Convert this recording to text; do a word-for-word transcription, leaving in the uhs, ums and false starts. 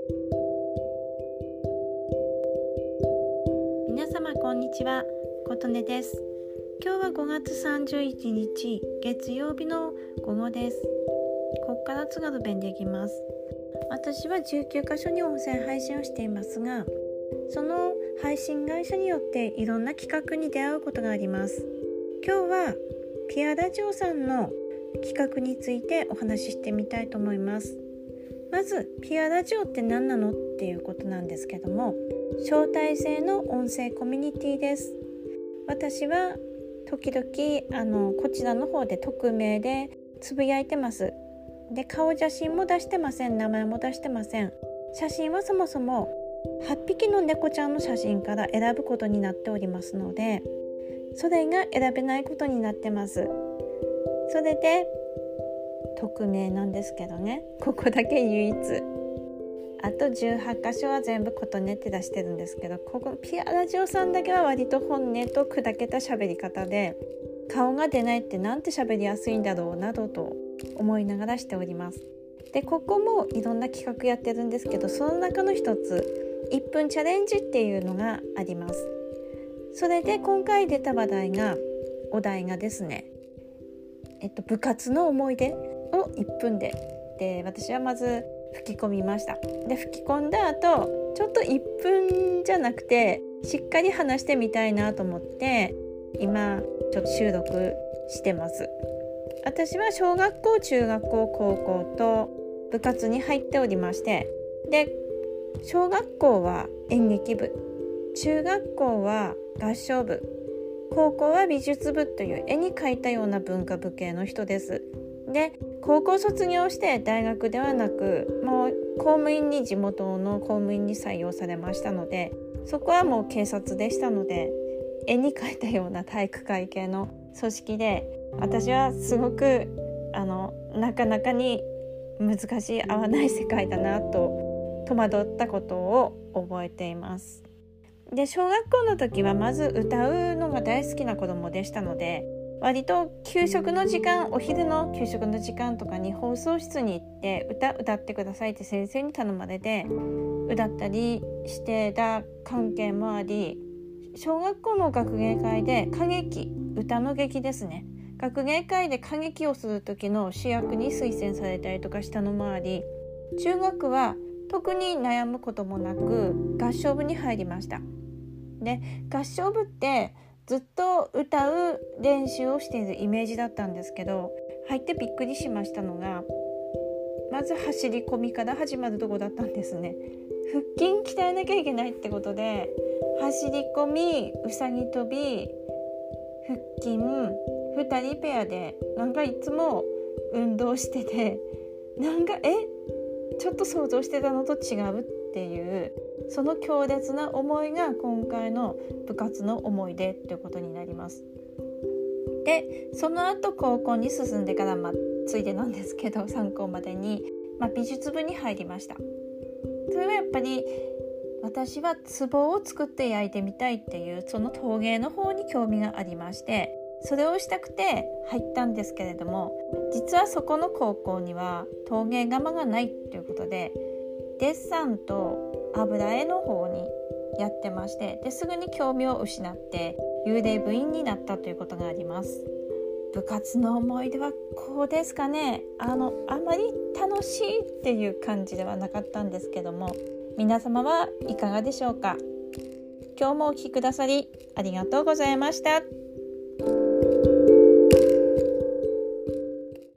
皆様こんにちは、ことねです。今日はごがつさんじゅういちにち月曜日の午後です。ここから津軽弁でいきます。私はじゅうきゅうかしょに音声配信をしていますが、その配信会社によっていろんな企画に出会うことがあります。今日はピアラジオさんの企画についてお話ししてみたいと思います。まずピアラジオって何なのっていうことなんですけども、招待制の音声コミュニティです。私は時々あのこちらの方で匿名でつぶやいてます。で、顔写真も出してません、名前も出してません。写真はそもそもはっぴきの猫ちゃんの写真から選ぶことになっておりますので、それが選べないことになってます。それで匿名なんですけどね、ここだけ唯一。あとじゅうはちかしょは全部ことねって出してるんですけど、ここピアラジオさんだけは割と本音と砕けた喋り方で、顔が出ないってなんて喋りやすいんだろうなどと思いながらしております。で、ここもいろんな企画やってるんですけど、その中の一ついっぷんチャレンジっていうのがあります。それで今回出た話題がお題がですね、えっと、部活の思い出をいっぷんでで私はまず吹き込みました。で、吹き込んだ後ちょっといっぷんじゃなくてしっかり話してみたいなと思って今ちょっと収録してます。私は小学校、中学校、高校と部活に入っておりまして、で小学校は演劇部、中学校は合唱部、高校は美術部という絵に描いたような文化部系の人です。で、高校卒業して大学ではなく、もう公務員に地元の公務員に採用されましたので、そこはもう警察でしたので、絵に描いたような体育会系の組織で、私はすごくあのなかなかに難しい合わない世界だなと戸惑ったことを覚えています。で、小学校の時はまず歌うのが大好きな子供でしたので、割と給食の時間、お昼の給食の時間とかに放送室に行って歌歌ってくださいって先生に頼まれて歌ったりしてた関係もあり、小学校の学芸会で歌劇、歌の劇ですね、学芸会で歌劇をする時の主役に推薦されたりとかしたのもあり、中学は特に悩むこともなく合唱部に入りました。で、合唱部ってずっと歌う練習をしているイメージだったんですけど、入ってびっくりしましたのが、まず走り込みから始まるとこだったんですね。腹筋鍛えなきゃいけないってことで、走り込み、うさぎ跳び、腹筋ふたりペアでなんかいつも運動してて、なんかえちょっと想像してたのと違うっていう、その強烈な思いが今回の部活の思い出っていうことになります。で、その後高校に進んでから、まあ、ついでなんですけどさんこうまでに、まあ、美術部に入りました。それはやっぱり私は壺を作って焼いてみたいっていう、その陶芸の方に興味がありまして、それをしたくて入ったんですけれども、実はそこの高校には陶芸窯がないということで、デッサンと油絵の方にやってまして、ですぐに興味を失って幽霊部員になったということがあります。部活の思い出はこうですかね。あのあまり楽しいっていう感じではなかったんですけども、皆様はいかがでしょうか。今日もお聞きくださりありがとうございました。